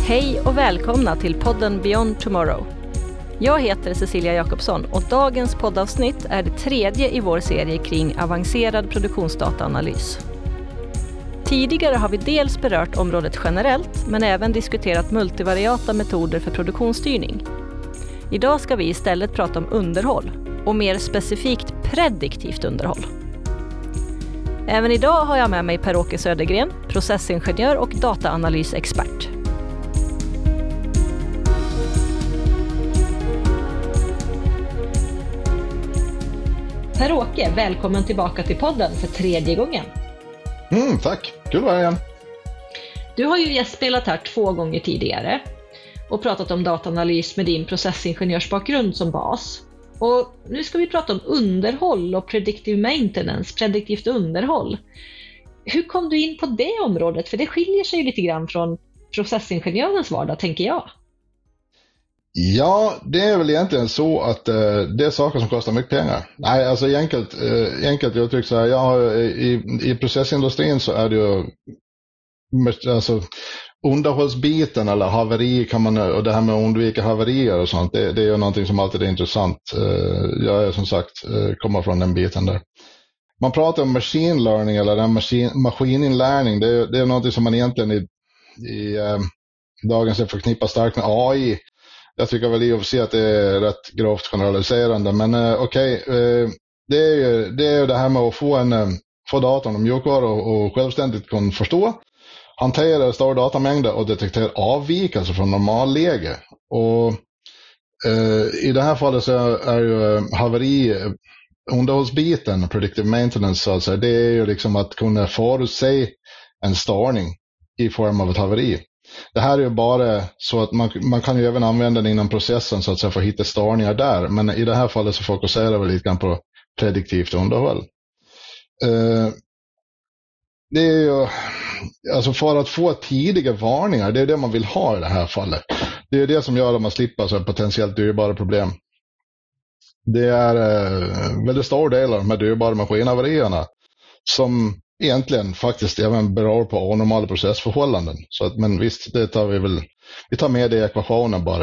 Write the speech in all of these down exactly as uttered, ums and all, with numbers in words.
Hej och välkomna till podden Beyond Tomorrow. Jag heter Cecilia Jakobsson och dagens poddavsnitt är det tredje i vår serie kring avancerad produktionsdataanalys. Tidigare har vi dels berört området generellt men även diskuterat multivariata metoder för produktionsstyrning. Idag ska vi istället prata om underhåll och mer specifikt prediktivt underhåll. Även idag har jag med mig Per-Åke Södergren, processingenjör och dataanalysexpert. Per-Åke, välkommen tillbaka till podden för tredje gången. Mm, tack, kul att vara här igen. Du har ju gästspelat här två gånger tidigare och pratat om dataanalys med din processingenjörsbakgrund som bas. Och nu ska vi prata om underhåll och predictive maintenance, prediktivt underhåll. Hur kom du in på det området? För det skiljer sig lite grann från processingenjörens vardag, tänker jag. Ja, det är väl egentligen så att eh, det är saker som kostar mycket pengar. Nej, alltså enkelt, eh, enkelt uttryckt så här, jag har, i, i processindustrin så är det ju alltså, underhållsbiten eller haveri kan man, och det här med att undvika haverier och sånt, det, det är ju någonting som alltid är intressant. Eh, jag är som sagt, eh, kommer från den biten där. Man pratar om machine learning eller den maskin, maskininlärning, det är, det är någonting som man egentligen i, i eh, dagens är förknippat starkt med A I. Jag tycker väl i och för sig att det är rätt grovt generaliserande, men eh, okej, okay, eh, det är ju det, är ju det här med att få, en, eh, få datorn och mjukvara och, och självständigt kunna förstå, hantera stora datamängder och detektera avvikelser från normalläge. Och eh, i det här fallet så är ju haveri, underhållsbiten, predictive maintenance, alltså, det är ju liksom att kunna förutse en störning i form av ett haveri. Det här är ju bara så att man, man kan ju även använda den inom processen så att säga för att hitta störningar där. Men i det här fallet så fokuserar vi lite grann på prediktivt underhåll. Eh, det är ju, alltså för att få tidiga varningar, det är det man vill ha i det här fallet. Det är det som gör att man slipper så potentiellt dyrbara problem. Det är eh, väldigt stor del av de här dyrbara maskinhaverierna som egentligen faktiskt även beror på onormala processförhållanden. Så att, men visst, det tar vi väl, vi tar med det i ekvationen bara.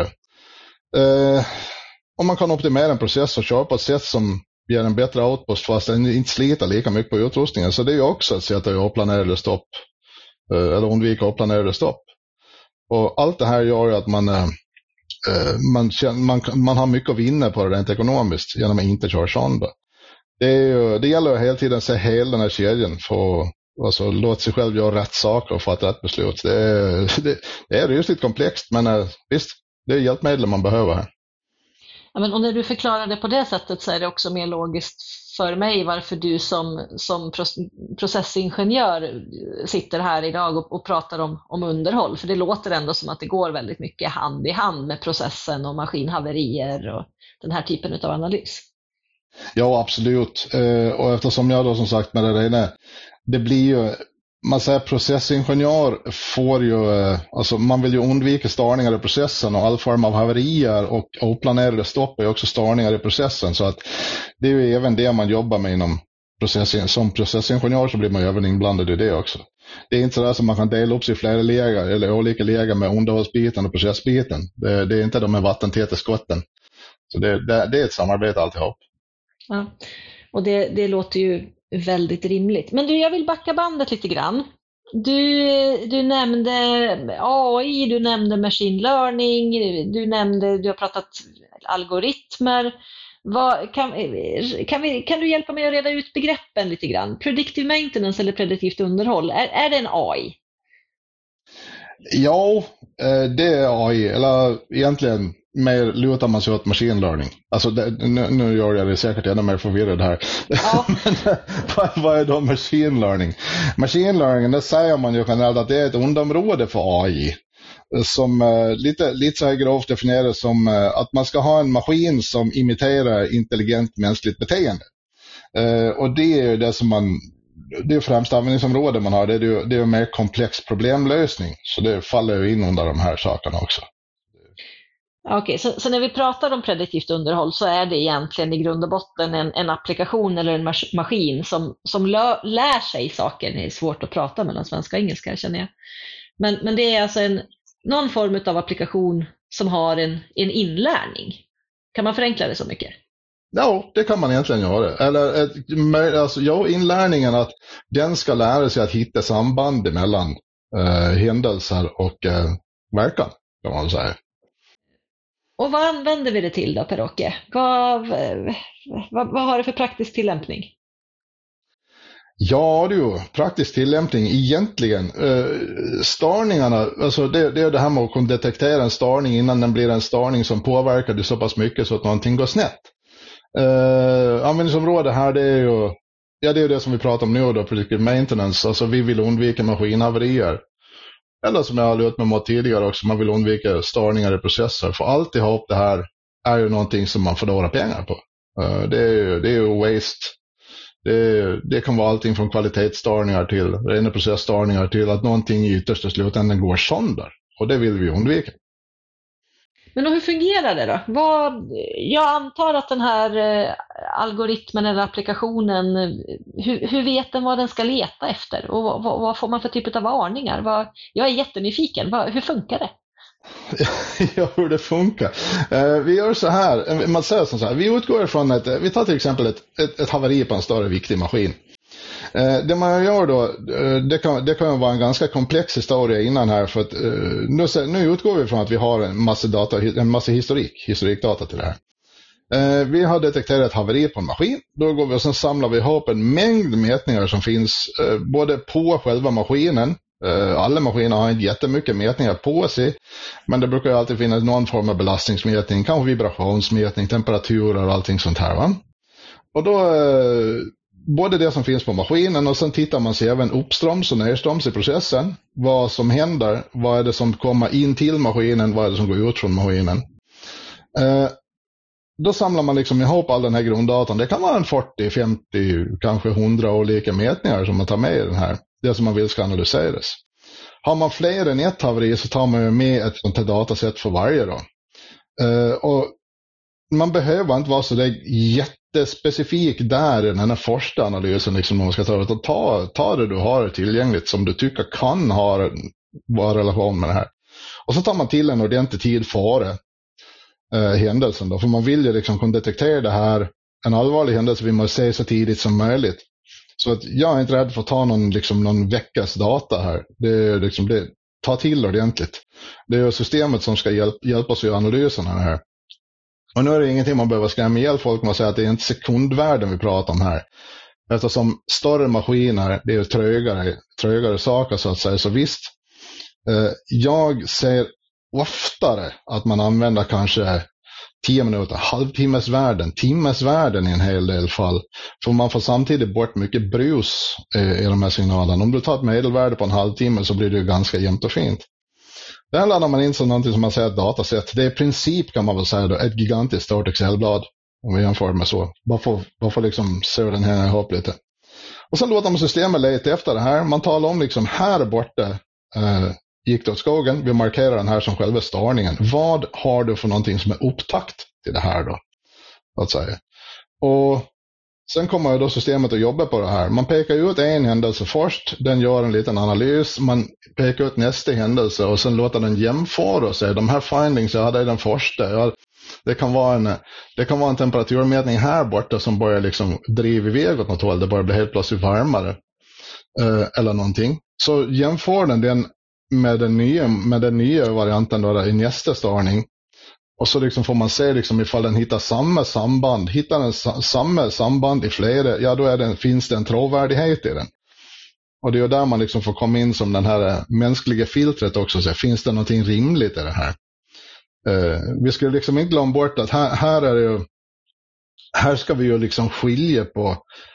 Eh, om man kan optimera en process och köra på ett sätt som ger en bättre output fast den inte sliter lika mycket på utrustningen. Så det är ju också ett sätt att oplanerade stopp. Eh, eller undvika oplanerade stopp. Och allt det här gör ju att man, eh, man, man, man har mycket att vinna på det rent ekonomiskt genom att inte köra sönder. Det, är ju, det gäller ju hela tiden att se hela den här kedjan för att alltså, låta sig själv göra rätt saker och få ett rätt beslut. Det är, det, det är just lite komplext, men äh, visst, det är hjälpmedel man behöver här. Ja, men och när du förklarar det på det sättet så är det också mer logiskt för mig varför du som, som processingenjör sitter här idag och, och pratar om, om underhåll. För det låter ändå som att det går väldigt mycket hand i hand med processen och maskinhaverier och den här typen av analys. Ja, absolut. Eh, och eftersom jag då som sagt med det där, det blir ju, man säger processingenjör får ju, eh, alltså man vill ju undvika störningar i processen och all form av haverier och oplanerade stopp är också störningar i processen. Så att det är ju även det man jobbar med inom processen. Som processingenjör så blir man ju även inblandad i det också. Det är inte så där som man kan dela upp sig i flera läger eller olika läger med underhållsbiten och processbiten. Det, det är inte de med vattentäta skotten. Så det, det, det är ett samarbete alltihop. Ja, och det, det låter ju väldigt rimligt. Men du, jag vill backa bandet lite grann. Du, du nämnde A I, du nämnde machine learning, du nämnde, du har pratat algoritmer. Vad, kan, kan, vi, kan du hjälpa mig att reda ut begreppen lite grann? Predictive maintenance eller prediktivt underhåll, är, är det en A I? Ja, det är A I, eller egentligen mer lutar man sig åt machine learning. Alltså det, nu, nu gör jag det säkert ännu mer förvirrad här. Ja. Men vad, vad är då machine learning? Machine learning, det säger man ju generellt att det är ett underområde för A I. Som uh, lite, lite så här grovt definieras som uh, att man ska ha en maskin som imiterar intelligent mänskligt beteende. Uh, och det är ju det som man, det är främst användningsområde man har, det är ju det är en mer komplex problemlösning. Så det faller ju in under de här sakerna också. Okej, okay, så, så när vi pratar om prediktivt underhåll så är det egentligen i grund och botten en, en applikation eller en mas- maskin som, som lö, lär sig saker. Det är svårt att prata mellan svenska och engelska, känner jag. Men, men det är alltså en, någon form av applikation som har en, en inlärning. Kan man förenkla det så mycket? Ja, det kan man egentligen göra. Eller ett, alltså, ja, inlärningen att den ska lära sig att hitta samband mellan eh, händelser och eh, verkan, kan man säga. Och vad använder vi det till då, Per-Åke? Vad, vad, vad har det för praktisk tillämpning? Ja du, praktisk tillämpning egentligen. Eh, störningarna, alltså det, det är det här med att kunna detektera en störning innan den blir en störning som påverkar det så pass mycket så att någonting går snett. Eh, användningsområde här, det är ju ja, det är det som vi pratar om nu då, predictive maintenance. Alltså vi vill undvika maskinhaverier. Eller som jag har lutat mig mot tidigare också, man vill undvika störningar i processer. För alltihop det här är ju någonting som man förlorar pengar på. Uh, det är ju, det är ju waste. Det, det kan vara allting från kvalitetsstörningar till rena processstörningar till att någonting i yttersta slutändan går sönder. Och det vill vi undvika. Men hur fungerar det då? Vad, jag antar att den här eh, algoritmen eller applikationen, hur, hur vet den vad den ska leta efter? Och vad, vad, vad får man för typ av varningar? Vad, jag är jättenyfiken. Vad, hur funkar det? Ja, hur det funkar. Eh, vi gör så här, man säger så här, vi utgår från att, vi tar till exempel ett, ett, ett haveri på en större viktig maskin. Eh, det man gör då, eh, det, kan, det kan vara en ganska komplex historia innan här, för att eh, nu, nu utgår vi från att vi har en massa, data, en massa historik, historikdata till det här. Eh, vi har detekterat ett haveri på en maskin, då går vi och sen samlar vi ihop en mängd mätningar som finns eh, både på själva maskinen. Alla maskiner har inte jättemycket mätningar på sig, men det brukar ju alltid finnas någon form av belastningsmätning, kanske vibrationsmätning, temperaturer och allting sånt här, va? Och då, både det som finns på maskinen och sen tittar man sig även uppströms och nedströms i processen, vad som händer, vad är det som kommer in till maskinen, vad är det som går ut från maskinen. Då samlar man liksom ihop all den här grunddatan, det kan vara en fyrtio, femtio, kanske hundra olika mätningar som man tar med i den här. Det som man vill ska analyseras. Har man fler än ett haveri så tar man ju med ett sånt här dataset för varje då. Uh, och man behöver inte vara så där jättespecifik där i den här första analysen liksom, man ska ta, ta, ta det du har tillgängligt som du tycker kan ha vara relation med det här. Och så tar man till en ordentlig tid före uh, händelsen då, för man vill ju liksom kunna detektera det här, en allvarlig händelse vill man se så tidigt som möjligt. Så att jag är inte rädd för att ta någon, liksom, någon veckas data här. Det är liksom, det, ta till ordentligt. Det är systemet som ska hjälp, hjälpa oss i analysen här. Och nu är det ingenting man behöver skrämma ihjäl folk med att säga att det är inte sekundvärden vi pratar om här. Eftersom större maskiner, det är trögare, trögare saker så att säga. Så visst, eh, jag ser oftare att man använder kanske tio minuter, halvtimmesvärden, timmesvärden i en hel del fall. För man får samtidigt bort mycket brus eh, i de här signalerna. Om du tar ett medelvärde på en halvtimme så blir det ju ganska jämnt och fint. Där laddar man in som någonting som man säger ett dataset. Det är i princip kan man väl säga då, ett gigantiskt stort Excel-blad. Om vi jämför med så. Bara för, bara för liksom se den här ihop lite. Och sen låter man systemet leta efter det här. Man talar om liksom här borta eh, gick det åt skogen. Vi markerar den här som själva störningen. Vad har du för någonting som är upptakt till det här då? Att säga. Och sen kommer ju då systemet att jobba på det här. Man pekar ut en händelse först. Den gör en liten analys. Man pekar ut nästa händelse och sen låter den jämföra och säga de här findings jag hade i den första. Jag, det, kan vara en, det kan vara en temperaturmätning här borta som börjar liksom driva iväg åt något håll. Det börjar bli helt plötsligt varmare. Eh, eller någonting. Så jämför den den med den nya, med den nya varianten då, i nästa störning. Och så liksom får man se liksom ifall den hittar samma samband. Hittar den sa- samma samband i flera, ja då är den, finns det en trovärdighet i den. Och det är där man liksom får komma in som den här mänskliga filtret också. Så finns det någonting rimligt i det här? Uh, vi skulle liksom inte glömma bort att här, här är det ju, här ska vi ju liksom skilja på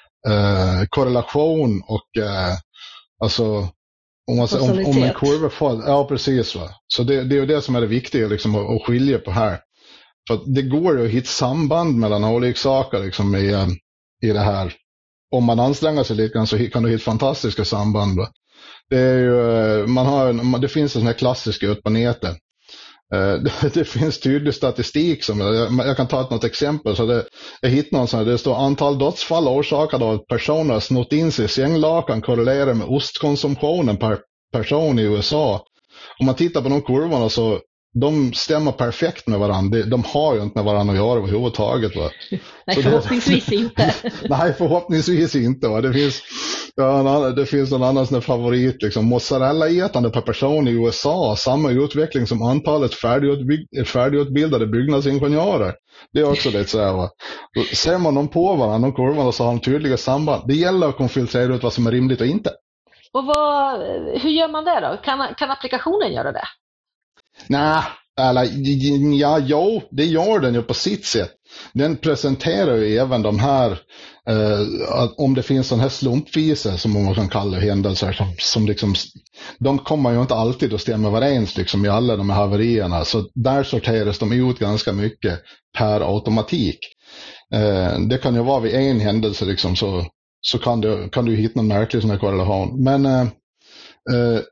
uh, korrelation och uh, alltså Om, man, om, om en kurva fall, ja precis va. Så det, det är ju det som är det viktiga liksom, att, att skilja på här. För att det går ju att hitta samband mellan olika saker liksom, i, i det här. Om man anstränger sig lite grann så kan du hitta fantastiska samband. Va? Det, är ju, man har, det finns en sån här klassisk ut på nätet. Det, det finns tydlig statistik som jag, jag kan ta ett något exempel så det, jag hittar någon sån här, det står antal dödsfall orsakade av att personer har snott in sig i sänglakan korrelerar med ostkonsumtionen per person i U S A om man tittar på de kurvorna så de stämmer perfekt med varandra. De har ju inte med varandra att göra överhuvudtaget. Va? Nej, så förhoppningsvis det, inte. Nej, förhoppningsvis inte. Va? Det finns, ja, det finns någon annan sån favorit. Liksom. Mozzarella-ätande per person i U S A. Samma utveckling som antalet färdigutbild- färdigutbildade byggnadsingenjörer. Det är också lite så här. Va? Ser man dem på varandra, de kurvorna, så har de tydliga samband. Det gäller att kunna filtrera ut vad som är rimligt och inte. Och vad, hur gör man det då? Kan, kan applikationen göra det? Nej, eller ja, jo, det gör den ju på sitt sätt. Den presenterar ju även de här, eh, om det finns sån här slumpvisa som man kan kalla händelser, som, som liksom, de kommer ju inte alltid att stämma överens liksom, i alla de här haverierna. Så där sorteras de ut ganska mycket per automatik. Eh, det kan ju vara vid en händelse liksom, så, så kan du, kan du hitta någon märklig sån här korrelation. Men eh, eh,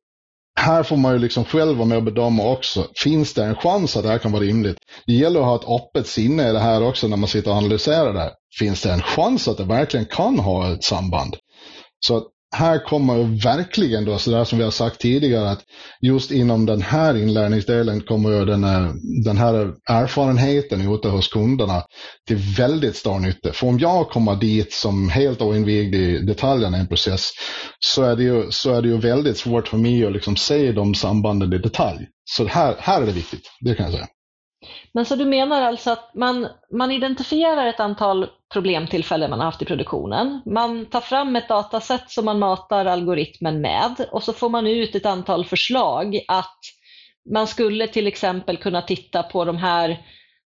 här får man ju liksom själv vara med och bedöma också. Finns det en chans att det här kan vara rimligt? Det gäller att ha ett öppet sinne i det här också när man sitter och analyserar det här. Finns det en chans att det verkligen kan ha ett samband? Så här kommer ju verkligen då, så där som vi har sagt tidigare, att just inom den här inlärningsdelen kommer ju den, den här erfarenheten ute hos kunderna till väldigt stor nytta. För om jag kommer dit som helt oinvigd i detaljerna i en process, så är det ju, så är det ju väldigt svårt för mig att liksom se de sambanden i detalj. Så här, här är det viktigt, det kan jag säga. Men så du menar alltså att man, man identifierar ett antal problemtillfällen man har haft i produktionen. Man tar fram ett dataset som man matar algoritmen med, och så får man ut ett antal förslag att man skulle till exempel kunna titta på de här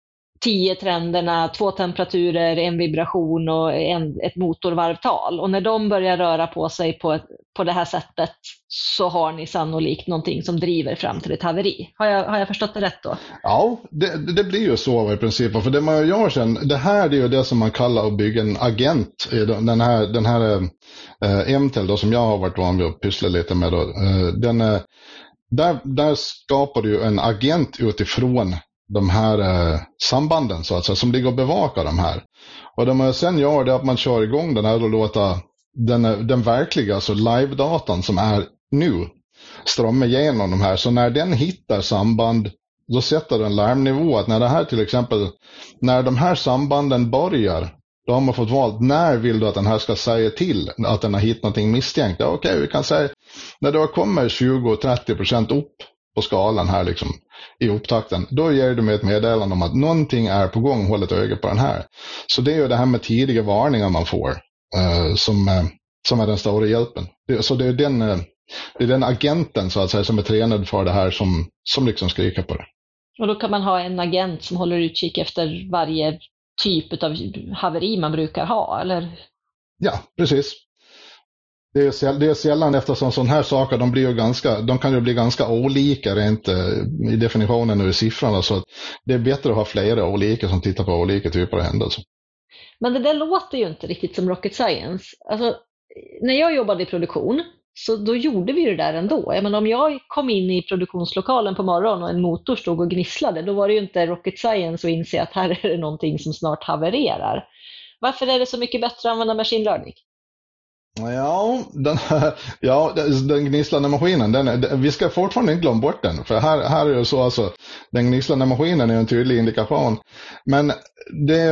tio trenderna, två temperaturer, en vibration och en, ett motorvarvtal. Och när de börjar röra på sig på, ett, på det här sättet, så har ni sannolikt någonting som driver fram till ett haveri. Har jag, har jag förstått det rätt då? Ja, det, det blir ju så i princip. För det man gör sen, det här är ju det som man kallar att bygga en agent. Den här, den här äh, M T E L då, som jag har varit van vid att pyssla lite med. Då, äh, den, äh, där, där skapar du en agent utifrån de här eh, sambanden så att säga, som ligger och bevakar de här. Och det man sen gör, det är att man kör igång den här och låter den, den verkliga, alltså live-datan som är nu, strömma igenom de här. Så när den hittar samband, då sätter den larmnivå att när det här till exempel, när de här sambanden börjar, då har man fått valt när vill du att den här ska säga till att den har hittat någonting misstänkt. Ja, okej, okay, vi kan säga när det kommer tjugo till trettio procent upp på skalan här liksom i upptakten, då ger du mig ett meddelande om att någonting är på gång, håll ett öga på den här. Så det är ju det här med tidiga varningar man får uh, som, uh, som är den stora hjälpen. Det, så det är, den, uh, det är den agenten så att säga som är tränad för det här som, som liksom skriker på det. Och då kan man ha en agent som håller utkik efter varje typ av haveri man brukar ha, eller? Ja, precis. Det är, säll, det är sällan, eftersom sådana här saker, de, blir ju ganska, de kan ju bli ganska olika rent i definitionen och i siffrorna, så att det är bättre att ha flera olika som tittar på olika typer av händelser. Men det där låter ju inte riktigt som rocket science. Alltså, när jag jobbade i produktion, så då gjorde vi det där ändå. Jag menar, om jag kom in i produktionslokalen på morgonen och en motor stod och gnisslade, då var det ju inte rocket science att inse att här är det någonting som snart havererar. Varför är det så mycket bättre att använda machine learning? Ja, den, ja, den gnisslande maskinen, den, vi ska fortfarande inte glömma bort den. För här, här är det så, alltså, den gnisslande maskinen är en tydlig indikation. Men det,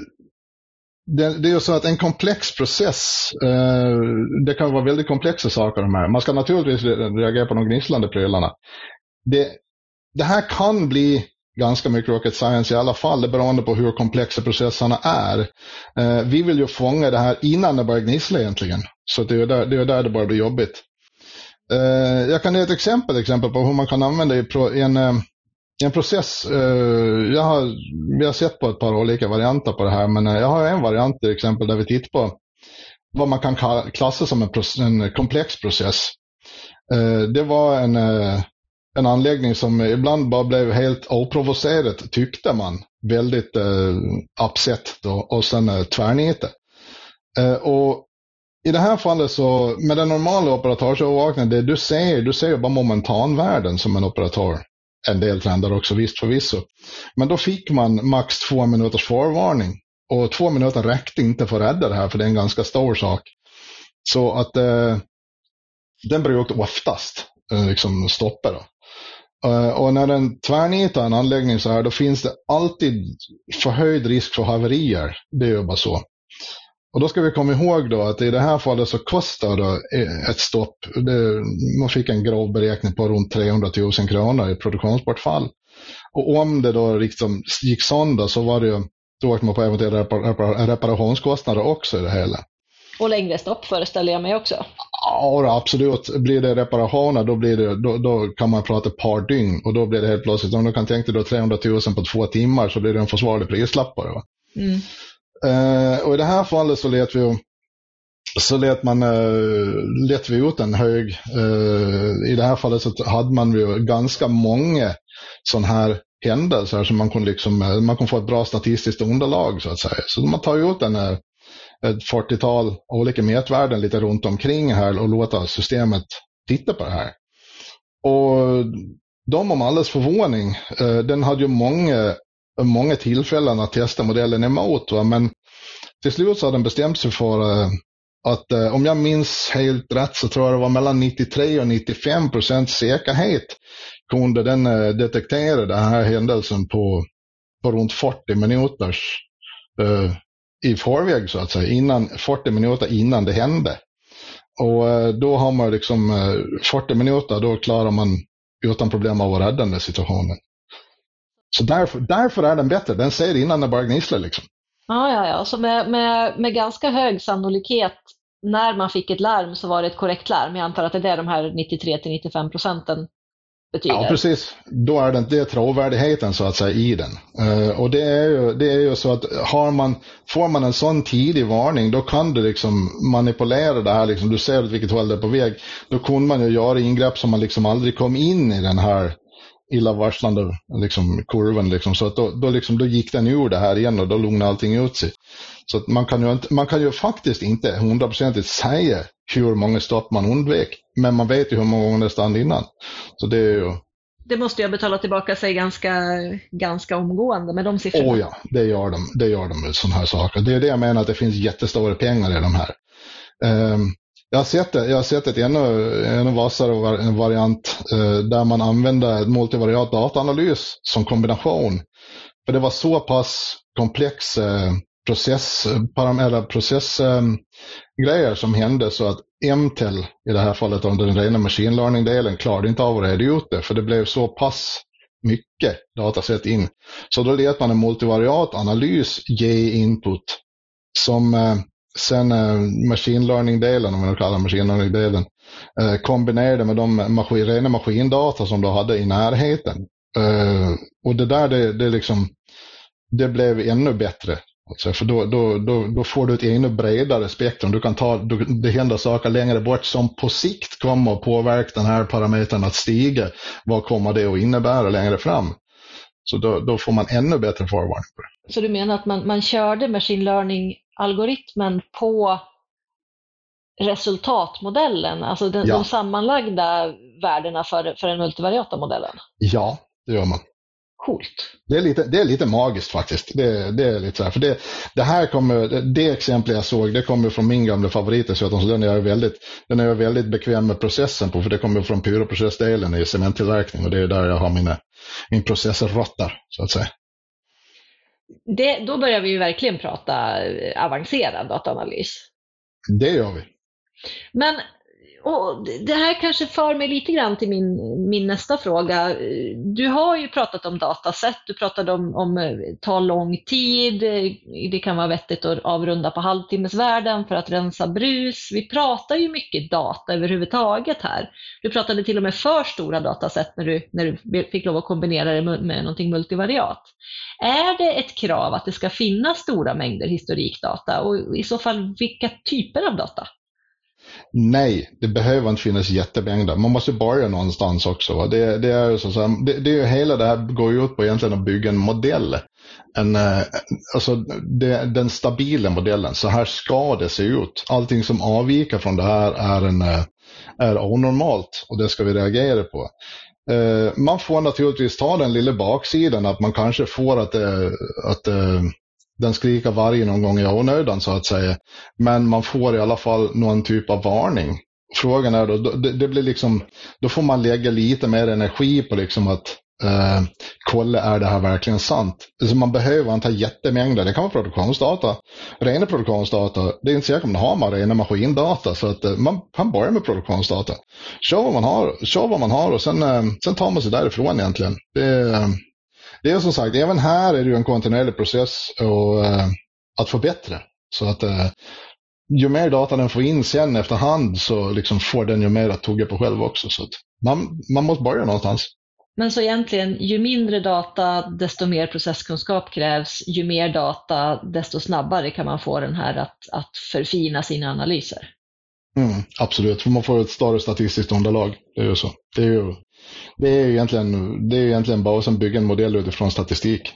det, det är ju så att en komplex process, eh, det kan vara väldigt komplexa saker de här. Man ska naturligtvis reagera på de gnisslande prylarna. Det, det här kan bli ganska mycket rocket science i alla fall, det beroende på hur komplexa processerna är. Eh, vi vill ju fånga det här innan det börjar gnissla egentligen. Så det är där det, är där det börjar bli jobbigt. Eh, jag kan ge ett exempel, exempel på hur man kan använda i pro, en, en process. Eh, jag har, vi har sett på ett par olika varianter på det här, men jag har en variant till exempel där vi tittar på vad man kan klassa som en, process, en komplex process. Eh, det var en En anläggning som ibland bara blev helt oprovocerat, tyckte man, väldigt eh, upset då, och sen eh, tvärnite. Eh, och i det här fallet så, med den normala operatörsövervakningen, det du ser, du ser ju bara momentanvärden som en operatör. En del trender också, visst förvisso. Men då fick man max två minuters förvarning. Och två minuter räckte inte för att rädda det här, för det är en ganska stor sak. Så att eh, den brukar oftast liksom stoppa då. Och när den tvärnitar en anläggning så här, då finns det alltid förhöjd risk för haverier. Det är ju bara så. Och då ska vi komma ihåg då att i det här fallet så kostar då ett stopp, det, man fick en grov beräkning på runt trehundratusen kronor i produktionsbortfall. Och om det då liksom gick sönder så var det ju, då åkte man på eventuella repar- reparationskostnader också i det hela. Och längre stopp föreställer jag mig också. Ja, absolut. Blir det reparationer då, blir det, då, då kan man prata ett par dygn och då blir det helt plötsligt, om du kan tänka dig då trehundratusen på två timmar så blir det en försvarlig prislapp på det. Va? Mm. Uh, och i det här fallet så let vi så let man uh, let vi ut en hög uh, i det här fallet så hade man ju ganska många sån här händelser som man kunde liksom, man kunde få ett bra statistiskt underlag så att säga. Så man tar ut en uh, ett fyrtiotal olika mätvärden lite runt omkring här och låta systemet titta på det här. Och de om alldeles förvåning, uh, den hade ju många många tillfällen att testa modellen emot. Va? Men till slut så har den bestämt sig för uh, att uh, om jag minns helt rätt så tror jag det var mellan nittiotre och nittiofem procent säkerhet kunde den uh, detektera den här händelsen på, på runt fyrtio minuters uh, i förväg så att säga, innan, fyrtio minuter innan det hände. Och uh, då har man liksom uh, fyrtio minuter, då klarar man utan problem av att rädda den situationen. Så därför, därför är den bättre. Den säger innan den bara gnisslar liksom. Ja, ja, ja. Så med, med, med ganska hög sannolikhet när man fick ett larm så var det ett korrekt larm. Jag antar att det är det de här nittiotre till nittiofem procenten betyder. Ja, precis. Då är det, det är trovärdigheten så att säga i den. Uh, och det är, ju, det är ju så att har man, får man en sån tidig varning, då kan du liksom manipulera det här. Liksom, du ser vilket håll det är på väg. Då kunde man ju göra ingrepp som man liksom aldrig kom in i den här illavarslande liksom, kurvan. Liksom. Så att då, då, liksom, då gick den ur det här igen och då lugnade allting ut sig. Så att man, kan ju inte, man kan ju faktiskt inte hundraprocentigt säga hur många stopp man undvek. Men man vet ju hur många gånger det stann innan. Så det är ju... Det måste jag betala tillbaka sig ganska, ganska omgående med de siffrorna. Åh ja, det gör de. Det gör de med sådana här saker. Det är det jag menar, att det finns jättestora pengar i de här. Um, Jag har sett, det, jag har sett ett ännu, ännu vassare variant eh, där man använder multivariat dataanalys som kombination. För det var så pass komplex eh, process, eller processgrejer eh, som hände så att M T E L, i det här fallet om den rena machine learning-delen, klarade inte av att reda ut det. För det blev så pass mycket dataset in. Så då lät man en multivariat analys ge input som... Eh, Sen eh, machine learning-delen, om man kallar machine learning-delen, eh, kombinerade med de maskin, rena maskindata som de hade i närheten. Eh, och det där, det, det, liksom, det blev ännu bättre. Alltså, för då, då, då, då får du ett ännu bredare spektrum. Du kan ta, du, det händer saker längre bort som på sikt kommer att påverka den här parametern att stiga. Vad kommer det att innebära längre fram? Så då, då får man ännu bättre förvarning på det. Så du menar att man, man körde machine learning-algoritmen på resultatmodellen, alltså den, ja. de sammanlagda värdena för, för den multivariata modellen? Ja, det gör man. Coolt. Det är lite, det är lite magiskt faktiskt. Det, det är lite så här, för det, det här kommer, det exempel jag såg, det kommer från min gamla favorit, så den är väldigt, den är väldigt bekväm med processen på, för det kommer från pyroprocessdelen i cementtillverkning, och det är där jag har mina, min processorrottar så att säga. Det, då börjar vi ju verkligen prata avancerad dataanalys. Det gör vi. Men och det här kanske för mig lite grann till min, min nästa fråga. Du har ju pratat om dataset, du pratade om, om ta lång tid, det kan vara vettigt att avrunda på halvtimmesvärden för att rensa brus. Vi pratar ju mycket data överhuvudtaget här. Du pratade till och med för stora dataset när du, när du fick lov att kombinera det med, med någonting multivariat. Är det ett krav att det ska finnas stora mängder historikdata, och i så fall vilka typer av data? Nej, det behöver inte finnas jättemängder. Man måste börja någonstans också. Va? Det, det, är ju så, så här, det, det är ju hela det här går ju ut på egentligen att bygga en modell. En, alltså det, den stabila modellen. Så här ska det se ut. Allting som avviker från det här är, en, är onormalt, och det ska vi reagera på. Man får naturligtvis ta den lilla baksidan att man kanske får att, att den skriker varje någon gång i onödan så att säga. Men man får i alla fall någon typ av varning. frågan är då, det, det blir liksom, då får man lägga lite mer energi på liksom att Uh, kolla, är det här verkligen sant? Alltså man behöver inte ha jättemängder. Det kan vara produktionsdata, rena produktionsdata. Det är inte säkert om man har man rena maskindata, så att uh, man kan börja med produktionsdata. Kör vad man har, kör vad man har och sen, uh, sen tar man sig därifrån egentligen. Det, uh, det är som sagt, även här är det ju en kontinuerlig process och, uh, att förbättra. Så att uh, ju mer data den får in sen efterhand, så liksom får den ju mer att tugga på själv också. Så att man, man måste börja någonstans. Men så egentligen, ju mindre data, desto mer processkunskap krävs. Ju mer data, desto snabbare kan man få den här att, att förfina sina analyser. Mm, absolut, för man får ett större statistiskt underlag. Det är ju så. Det är ju, det är ju egentligen, det är egentligen bara att bygga en modell utifrån statistik.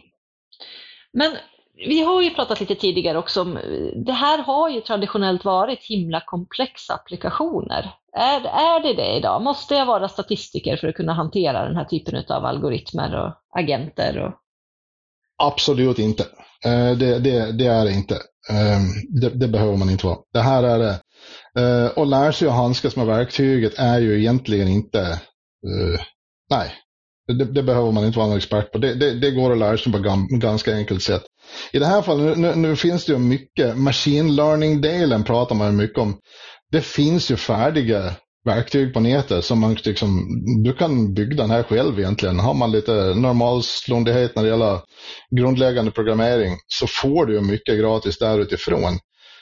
Men vi har ju pratat lite tidigare också om, det här har ju traditionellt varit himla komplexa applikationer. Är, är det det idag? Måste jag vara statistiker för att kunna hantera den här typen av algoritmer och agenter? Och... Absolut inte. Det, det, det är det inte. Det, det behöver man inte vara. Det här är det. Och lära sig att handskas med verktyget är ju egentligen inte... Nej, det, det behöver man inte vara någon expert på. Det, det, det går att lära sig på ett ganska enkelt sätt. I det här fallet, nu, nu finns det ju mycket, machine learning-delen pratar man ju mycket om. Det finns ju färdiga verktyg på nätet som man liksom, du kan bygga den här själv egentligen. Har man lite normalslundighet när det gäller grundläggande programmering, så får du ju mycket gratis där utifrån.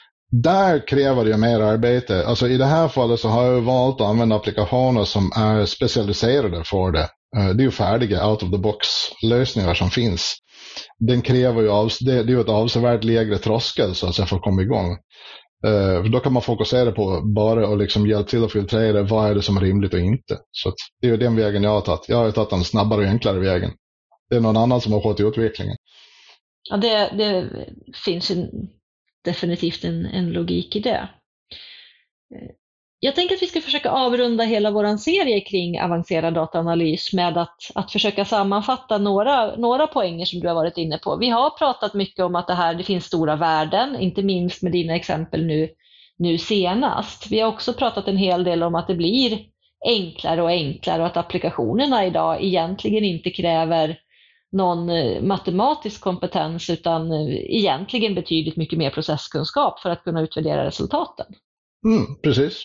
Där kräver det ju mer arbete. Alltså i det här fallet så har jag valt att använda applikationer som är specialiserade för det. Det är ju färdiga out of the box lösningar som finns. Den kräver ju av, det är ju ett avsevärt lägre tröskel så att säga för att komma igång. Uh, då kan man fokusera på bara och liksom hjälpa till att filtrera vad är det som är rimligt och inte. Så att det är ju den vägen jag har tagit. Jag har ju tagit den snabbare och enklare vägen. Det är någon annan som har fått utvecklingen. Ja, det, det finns en, definitivt en, en logik i det. Jag tänker att vi ska försöka avrunda hela vår serie kring avancerad dataanalys med att, att försöka sammanfatta några, några poänger som du har varit inne på. Vi har pratat mycket om att det här, det finns stora värden, inte minst med dina exempel nu, nu senast. Vi har också pratat en hel del om att det blir enklare och enklare och att applikationerna idag egentligen inte kräver någon matematisk kompetens utan egentligen betydligt mycket mer processkunskap för att kunna utvärdera resultaten. Mm, precis.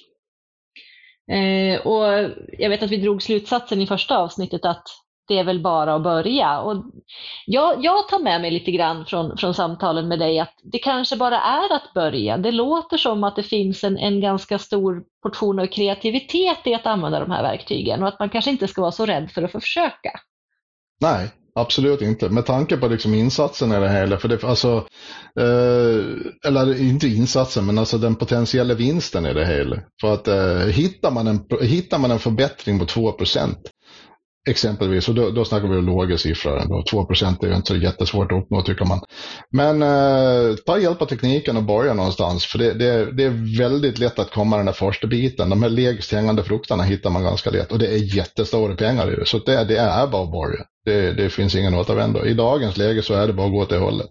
Eh, och jag vet att vi drog slutsatsen i första avsnittet att det är väl bara att börja. Och jag, jag tar med mig lite grann från, från samtalen med dig att det kanske bara är att börja. Det låter som att det finns en, en ganska stor portion av kreativitet i att använda de här verktygen och att man kanske inte ska vara så rädd för att försöka. Nej, absolut inte. Med tanke på liksom insatsen i det hela. För det, alltså, eh, eller inte insatsen, men alltså den potentiella vinsten i det hela. För att eh, hittar, man en, hittar man en förbättring på två procent exempelvis, och då, då snackar vi om låga siffror. två procent är ju inte så jättesvårt att uppnå tycker man. Men eh, ta hjälp av tekniken och börja någonstans. För det, det, det är väldigt lätt att komma den där första biten. De här lägst hängande frukterna hittar man ganska lätt. Och det är jättestora pengar i det. Så det, det är bara att börja. Det, det finns ingen återvändo. I dagens läge så är det bara att gå åt det hållet.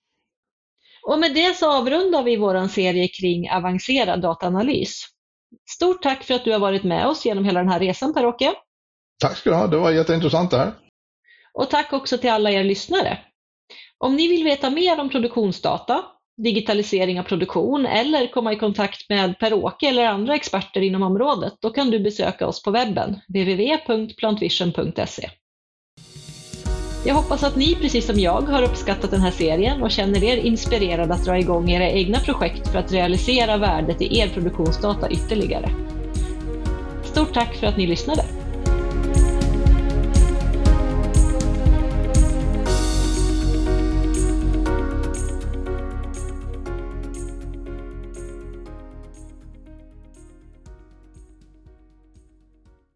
Och med det så avrundar vi vår serie kring avancerad dataanalys. Stort tack för att du har varit med oss genom hela den här resan, Per-Åke. Tack ska du ha, det var jätteintressant det här. Och tack också till alla er lyssnare. Om ni vill veta mer om produktionsdata, digitalisering av produktion eller komma i kontakt med Per-Åke eller andra experter inom området, då kan du besöka oss på webben w w w punkt plantvision punkt se. Jag hoppas att ni, precis som jag, har uppskattat den här serien och känner er inspirerade att dra igång era egna projekt för att realisera värdet i er produktionsdata ytterligare. Stort tack för att ni lyssnade!